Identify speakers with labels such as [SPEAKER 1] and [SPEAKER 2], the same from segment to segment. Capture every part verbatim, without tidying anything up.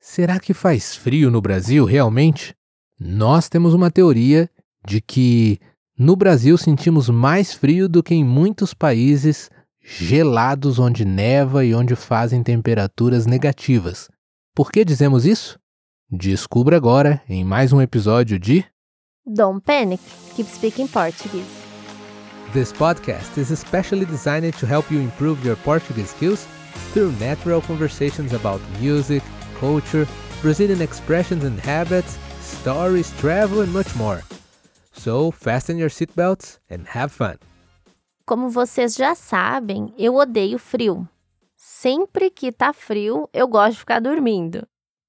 [SPEAKER 1] Será que faz frio no Brasil realmente? Nós temos uma teoria de que no Brasil sentimos mais frio do que em muitos países gelados onde neva e onde fazem temperaturas negativas. Por que dizemos isso? Descubra agora em mais um episódio de
[SPEAKER 2] Don't Panic, Keep Speaking Portuguese.
[SPEAKER 1] This podcast is especially designed to help you improve your Portuguese skills through natural conversations about music, culture, Brazilian expressions and habits, stories, travel and much more. So, fasten your seatbelts and have fun.
[SPEAKER 2] Como vocês já sabem, eu odeio frio. Sempre que tá frio, eu gosto de ficar dormindo.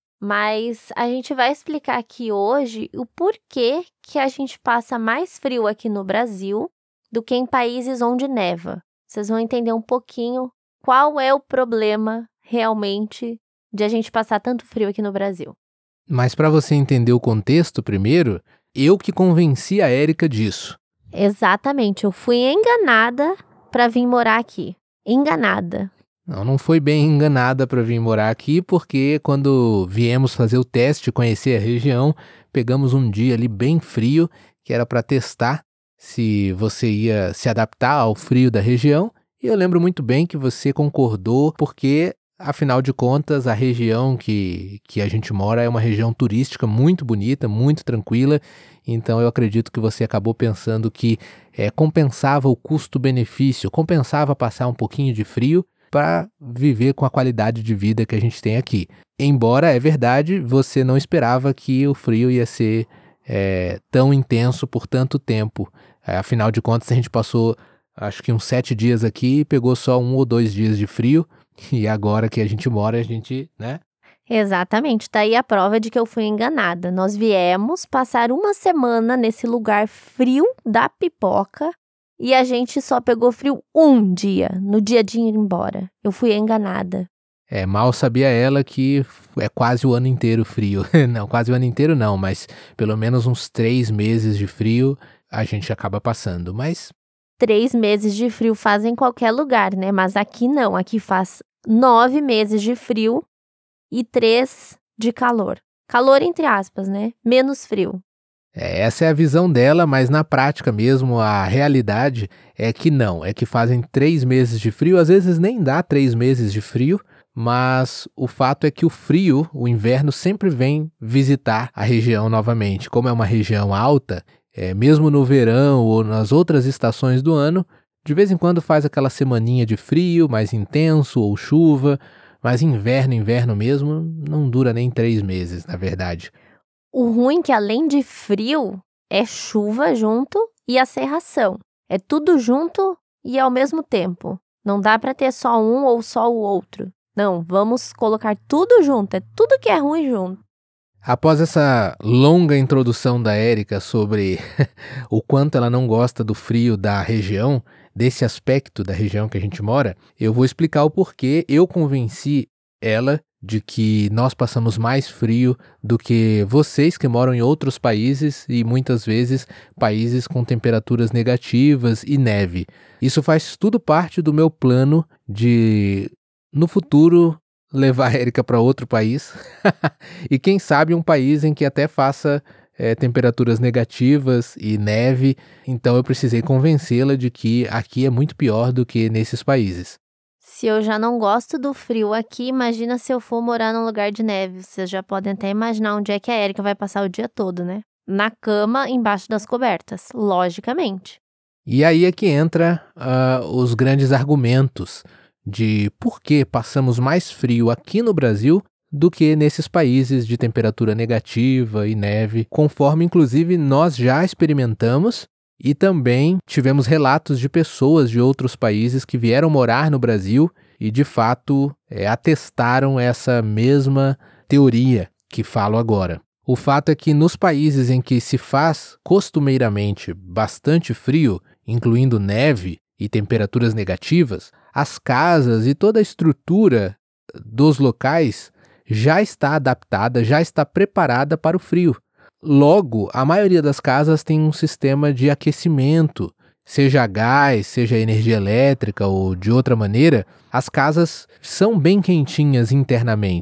[SPEAKER 2] Mas a gente vai explicar aqui hoje o porquê que a gente passa mais frio aqui no Brasil do que em países onde neva. Vocês vão entender um pouquinho qual é o problema realmente de a gente passar tanto frio aqui no Brasil.
[SPEAKER 1] Mas para você entender o contexto primeiro, eu que convenci a Érica disso.
[SPEAKER 2] Exatamente, eu fui enganada para vir morar aqui. Enganada.
[SPEAKER 1] Não, não foi bem enganada para vir morar aqui, porque quando viemos fazer o teste, conhecer a região, pegamos um dia ali bem frio, que era para testar se você ia se adaptar ao frio da região. E eu lembro muito bem que você concordou, porque, afinal de contas, a região que, que a gente mora é uma região turística muito bonita, muito tranquila. Então eu acredito que você acabou pensando que é, compensava o custo-benefício, compensava passar um pouquinho de frio para viver com a qualidade de vida que a gente tem aqui. Embora, é verdade, você não esperava que o frio ia ser é, tão intenso por tanto tempo. É, afinal de contas, a gente passou acho que uns sete dias aqui e pegou só um ou dois dias de frio. E agora que a gente mora, a gente, né?
[SPEAKER 2] Exatamente, tá aí a prova de que eu fui enganada. Nós viemos passar uma semana nesse lugar frio da pipoca e a gente só pegou frio um dia, no dia de ir embora. Eu fui enganada.
[SPEAKER 1] É, mal sabia ela que é quase o ano inteiro frio. Não, quase o ano inteiro não, mas pelo menos uns três meses de frio a gente acaba passando. Mas
[SPEAKER 2] Três meses de frio fazem em qualquer lugar, né? Mas aqui não, aqui faz nove meses de frio e três de calor. Calor entre aspas, né? Menos frio.
[SPEAKER 1] é, essa é a visão dela, mas na prática mesmo, a realidade é que não. É que fazem três meses de frio, às vezes nem dá três meses de frio, mas o fato é que o frio, o inverno, sempre vem visitar a região novamente. Como é uma região alta, é, mesmo no verão ou nas outras estações do ano, de vez em quando faz aquela semaninha de frio mais intenso ou chuva, mas inverno, inverno mesmo, não dura nem três meses, na verdade.
[SPEAKER 2] O ruim é que além de frio, é chuva junto e a cerração. É tudo junto e ao mesmo tempo. Não dá para ter só um ou só o outro. Não, vamos colocar tudo junto. É tudo que é ruim junto.
[SPEAKER 1] Após essa longa introdução da Érica sobre o quanto ela não gosta do frio da região, desse aspecto da região que a gente mora, eu vou explicar o porquê eu convenci ela de que nós passamos mais frio do que vocês que moram em outros países e muitas vezes países com temperaturas negativas e neve. Isso faz tudo parte do meu plano de, no futuro, levar a Érica para outro país e quem sabe um país em que até faça é, temperaturas negativas e neve. Então eu precisei convencê-la de que aqui é muito pior do que nesses países.
[SPEAKER 2] Se eu já não gosto do frio aqui, imagina se eu for morar num lugar de neve. Vocês já podem até imaginar onde é que a Érica vai passar o dia todo, né? Na cama, embaixo das cobertas, logicamente.
[SPEAKER 1] E aí é que entra uh, os grandes argumentos de por que passamos mais frio aqui no Brasil do que nesses países de temperatura negativa e neve, conforme inclusive nós já experimentamos e também tivemos relatos de pessoas de outros países que vieram morar no Brasil e de fato é, atestaram essa mesma teoria que falo agora. O fato é que nos países em que se faz costumeiramente bastante frio, incluindo neve e temperaturas negativas, as casas e toda a estrutura dos locais já está adaptada, já está preparada para o frio. Logo, a maioria das casas tem um sistema de aquecimento, seja a gás, seja a energia elétrica ou de outra maneira. As casas são bem quentinhas internamente.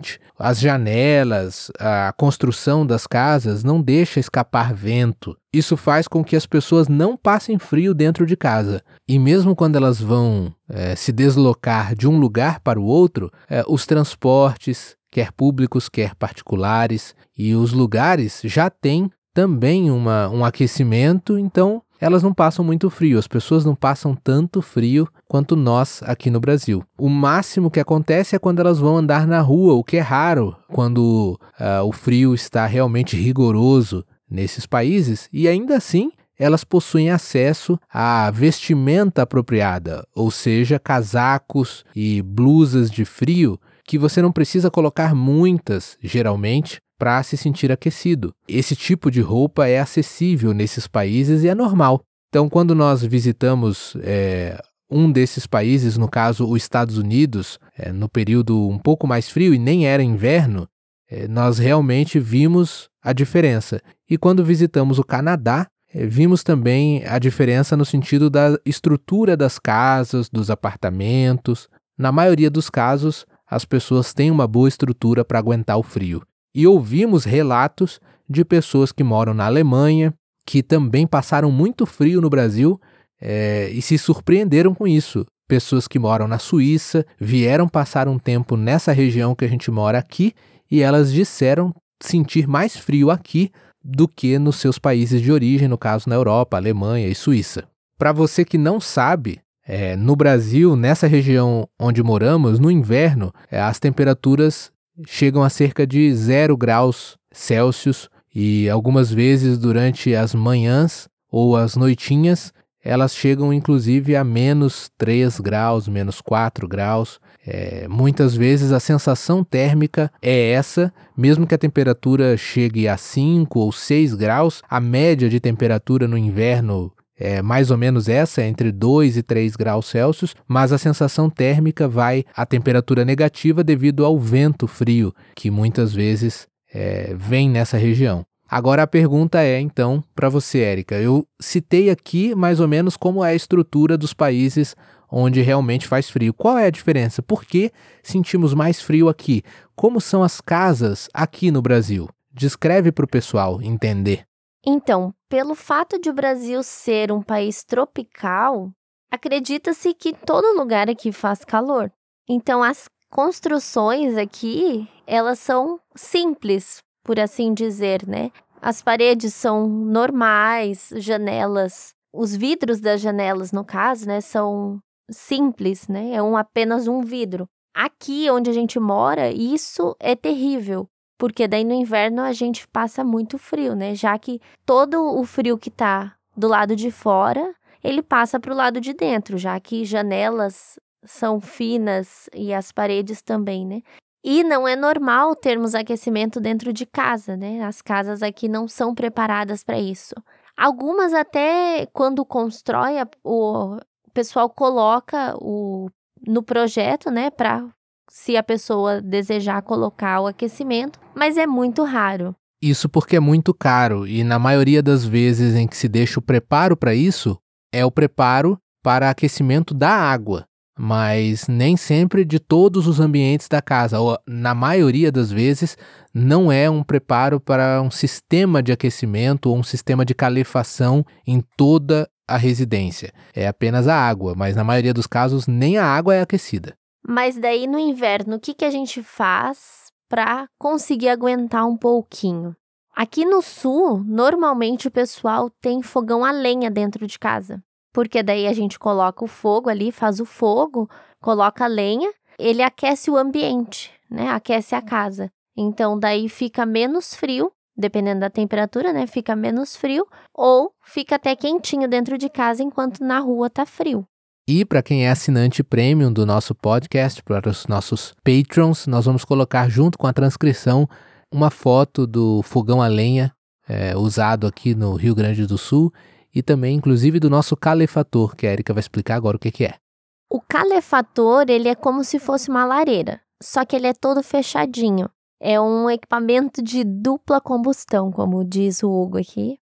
[SPEAKER 1] as janelas, a construção das casas não deixa escapar vento. Isso faz com que as pessoas não passem frio dentro de casa. E mesmo quando elas vão é, se deslocar de um lugar para o outro, é, os transportes, quer públicos, quer particulares, e os lugares já têm também uma, um aquecimento, então elas não passam muito frio, as pessoas não passam tanto frio quanto nós aqui no Brasil. O máximo que acontece é quando elas vão andar na rua, o que é raro quando uh, o frio está realmente rigoroso nesses países, e ainda assim elas possuem acesso à vestimenta apropriada, ou seja, casacos e blusas de frio, que você não precisa colocar muitas, geralmente, para se sentir aquecido. Esse tipo de roupa é acessível nesses países e é normal. Então, quando nós visitamos é, um desses países, no caso os Estados Unidos, é, no período um pouco mais frio e nem era inverno, é, nós realmente vimos a diferença. E quando visitamos o Canadá, é, vimos também a diferença no sentido da estrutura das casas, dos apartamentos. Na maioria dos casos, as pessoas têm uma boa estrutura para aguentar o frio. E ouvimos relatos de pessoas que moram na Alemanha, que também passaram muito frio no Brasil é, e se surpreenderam com isso. Pessoas que moram na Suíça vieram passar um tempo nessa região que a gente mora aqui e elas disseram sentir mais frio aqui do que nos seus países de origem, no caso na Europa, Alemanha e Suíça. Para você que não sabe, é, no Brasil, nessa região onde moramos, no inverno, é, as temperaturas chegam a cerca de zero graus Celsius e algumas vezes durante as manhãs ou as noitinhas elas chegam inclusive a menos três graus, menos quatro graus. É, muitas vezes a sensação térmica é essa, mesmo que a temperatura chegue a cinco ou seis graus, a média de temperatura no inverno é mais ou menos essa, entre dois e três graus Celsius, mas a sensação térmica vai à temperatura negativa devido ao vento frio, que muitas vezes é, vem nessa região. Agora a pergunta é, então, para você, Érica. Eu citei aqui mais ou menos como é a estrutura dos países onde realmente faz frio. Qual é a diferença? Por que sentimos mais frio aqui? Como são as casas aqui no Brasil? Descreve para o pessoal entender.
[SPEAKER 2] Então, pelo fato de o Brasil ser um país tropical, acredita-se que todo lugar aqui faz calor. Então, as construções aqui, elas são simples, por assim dizer, né? As paredes são normais, janelas, os vidros das janelas, no caso, né, são simples, né? É um, apenas um vidro. Aqui onde a gente mora, isso é terrível. Porque daí no inverno a gente passa muito frio, né? Já que todo o frio que tá do lado de fora, ele passa para o lado de dentro, já que janelas são finas e as paredes também, né? E não é normal termos aquecimento dentro de casa, né? As casas aqui não são preparadas para isso. Algumas até quando constrói, o pessoal coloca o, no projeto, né? Para se a pessoa desejar colocar o aquecimento, mas é muito raro.
[SPEAKER 1] Isso porque é muito caro e na maioria das vezes em que se deixa o preparo para isso, é o preparo para aquecimento da água, mas nem sempre de todos os ambientes da casa, ou na maioria das vezes não é um preparo para um sistema de aquecimento ou um sistema de calefação em toda a residência. É apenas a água, mas na maioria dos casos nem a água é aquecida.
[SPEAKER 2] Mas daí no inverno, o que, que a gente faz para conseguir aguentar um pouquinho? Aqui no sul, normalmente o pessoal tem fogão a lenha dentro de casa. Porque daí a gente coloca o fogo ali, faz o fogo, coloca a lenha, ele aquece o ambiente, né? Aquece a casa. Então daí fica menos frio, dependendo da temperatura, né? Fica menos frio ou fica até quentinho dentro de casa enquanto na rua tá frio.
[SPEAKER 1] E para quem é assinante premium do nosso podcast, para os nossos patrons, nós vamos colocar junto com a transcrição uma foto do fogão a lenha é, usado aqui no Rio Grande do Sul e também, inclusive, do nosso calefator, que a Érica vai explicar agora o que, que é.
[SPEAKER 2] O calefator, ele é como se fosse uma lareira, só que ele é todo fechadinho. É um equipamento de dupla combustão, como diz o Hugo aqui.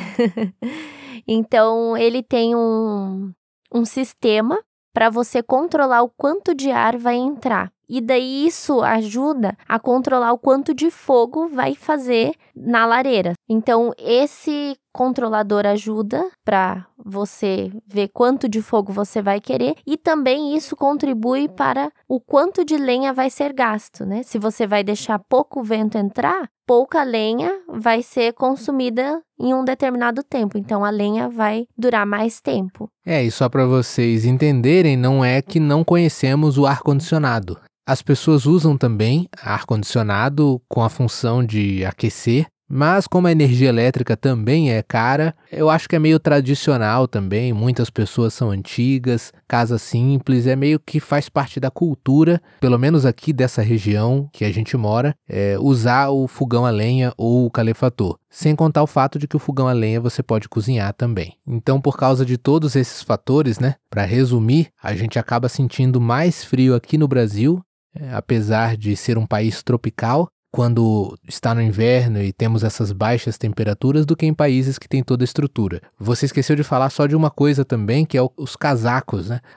[SPEAKER 2] Então, ele tem um... um sistema para você controlar o quanto de ar vai entrar. E daí isso ajuda a controlar o quanto de fogo vai fazer na lareira. Então, esse controlador ajuda para você ver quanto de fogo você vai querer e também isso contribui para o quanto de lenha vai ser gasto, né? Se você vai deixar pouco vento entrar, pouca lenha vai ser consumida em um determinado tempo. Então, a lenha vai durar mais tempo.
[SPEAKER 1] É, e só para vocês entenderem, não é que não conhecemos o ar-condicionado. As pessoas usam também ar-condicionado com a função de aquecer, mas como a energia elétrica também é cara, eu acho que é meio tradicional também, muitas pessoas são antigas, casa simples, é meio que faz parte da cultura, pelo menos aqui dessa região que a gente mora, é usar o fogão a lenha ou o calefator. Sem contar o fato de que o fogão a lenha você pode cozinhar também. Então, por causa de todos esses fatores, né, para resumir, a gente acaba sentindo mais frio aqui no Brasil, é, apesar de ser um país tropical, quando está no inverno e temos essas baixas temperaturas do que em países que têm toda a estrutura. Você esqueceu de falar só de uma coisa também, que é o, os casacos, né?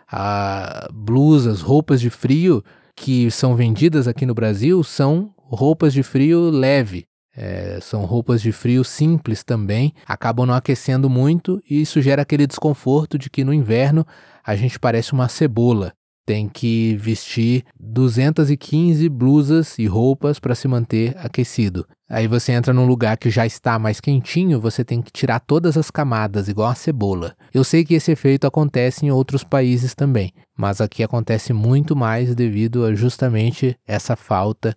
[SPEAKER 1] A blusas, roupas de frio que são vendidas aqui no Brasil são roupas de frio leve. É, são roupas de frio simples também, acabam não aquecendo muito e isso gera aquele desconforto de que no inverno a gente parece uma cebola. Tem que vestir duzentas e quinze blusas e roupas para se manter aquecido. Aí você entra num lugar que já está mais quentinho, você tem que tirar todas as camadas, igual a cebola. Eu sei que esse efeito acontece em outros países também, mas aqui acontece muito mais devido a justamente essa falta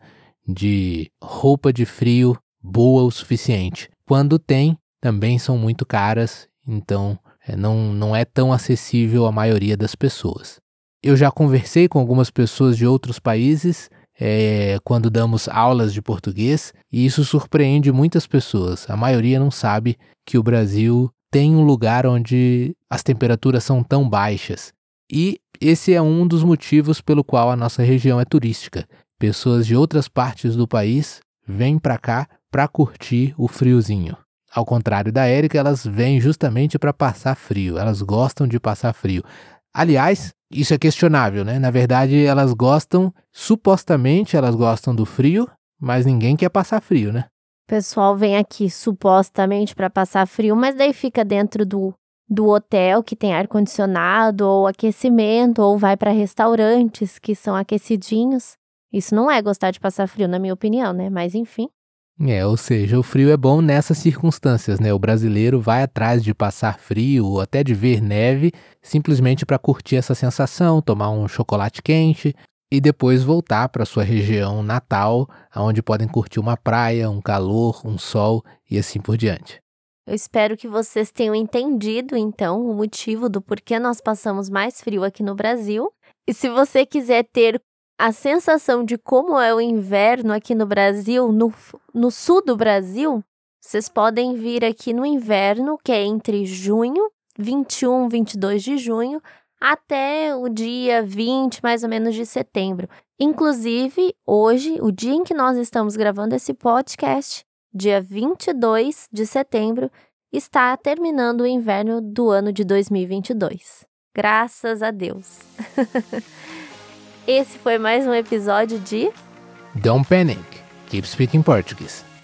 [SPEAKER 1] de roupa de frio boa o suficiente. Quando tem, também são muito caras, então é, não, não é tão acessível à maioria das pessoas. Eu já conversei com algumas pessoas de outros países é, quando damos aulas de português e isso surpreende muitas pessoas. A maioria não sabe que o Brasil tem um lugar onde as temperaturas são tão baixas. E esse é um dos motivos pelo qual a nossa região é turística. Pessoas de outras partes do país vêm para cá para curtir o friozinho. Ao contrário da Érica, elas vêm justamente para passar frio. Elas gostam de passar frio. Aliás, isso é questionável, né? Na verdade, elas gostam, supostamente elas gostam do frio, mas ninguém quer passar frio, né?
[SPEAKER 2] O pessoal vem aqui supostamente para passar frio, mas daí fica dentro do, do hotel que tem ar-condicionado ou aquecimento, ou vai para restaurantes que são aquecidinhos. Isso não é gostar de passar frio, na minha opinião, né? Mas enfim.
[SPEAKER 1] É, ou seja, o frio é bom nessas circunstâncias, né? O brasileiro vai atrás de passar frio ou até de ver neve, simplesmente para curtir essa sensação, tomar um chocolate quente e depois voltar para sua região natal, onde podem curtir uma praia, um calor, um sol e assim por diante.
[SPEAKER 2] Eu espero que vocês tenham entendido, então, o motivo do porquê nós passamos mais frio aqui no Brasil. E se você quiser ter a sensação de como é o inverno aqui no Brasil, no, no sul do Brasil, vocês podem vir aqui no inverno, que é entre junho, vinte e um, vinte e dois de junho, até o dia vinte, mais ou menos, de setembro. Inclusive, hoje, o dia em que nós estamos gravando esse podcast, dia vinte e dois de setembro, está terminando o inverno do ano de dois mil e vinte e dois. Graças a Deus! Esse foi mais um episódio de
[SPEAKER 1] Don't panic, keep speaking Portuguese.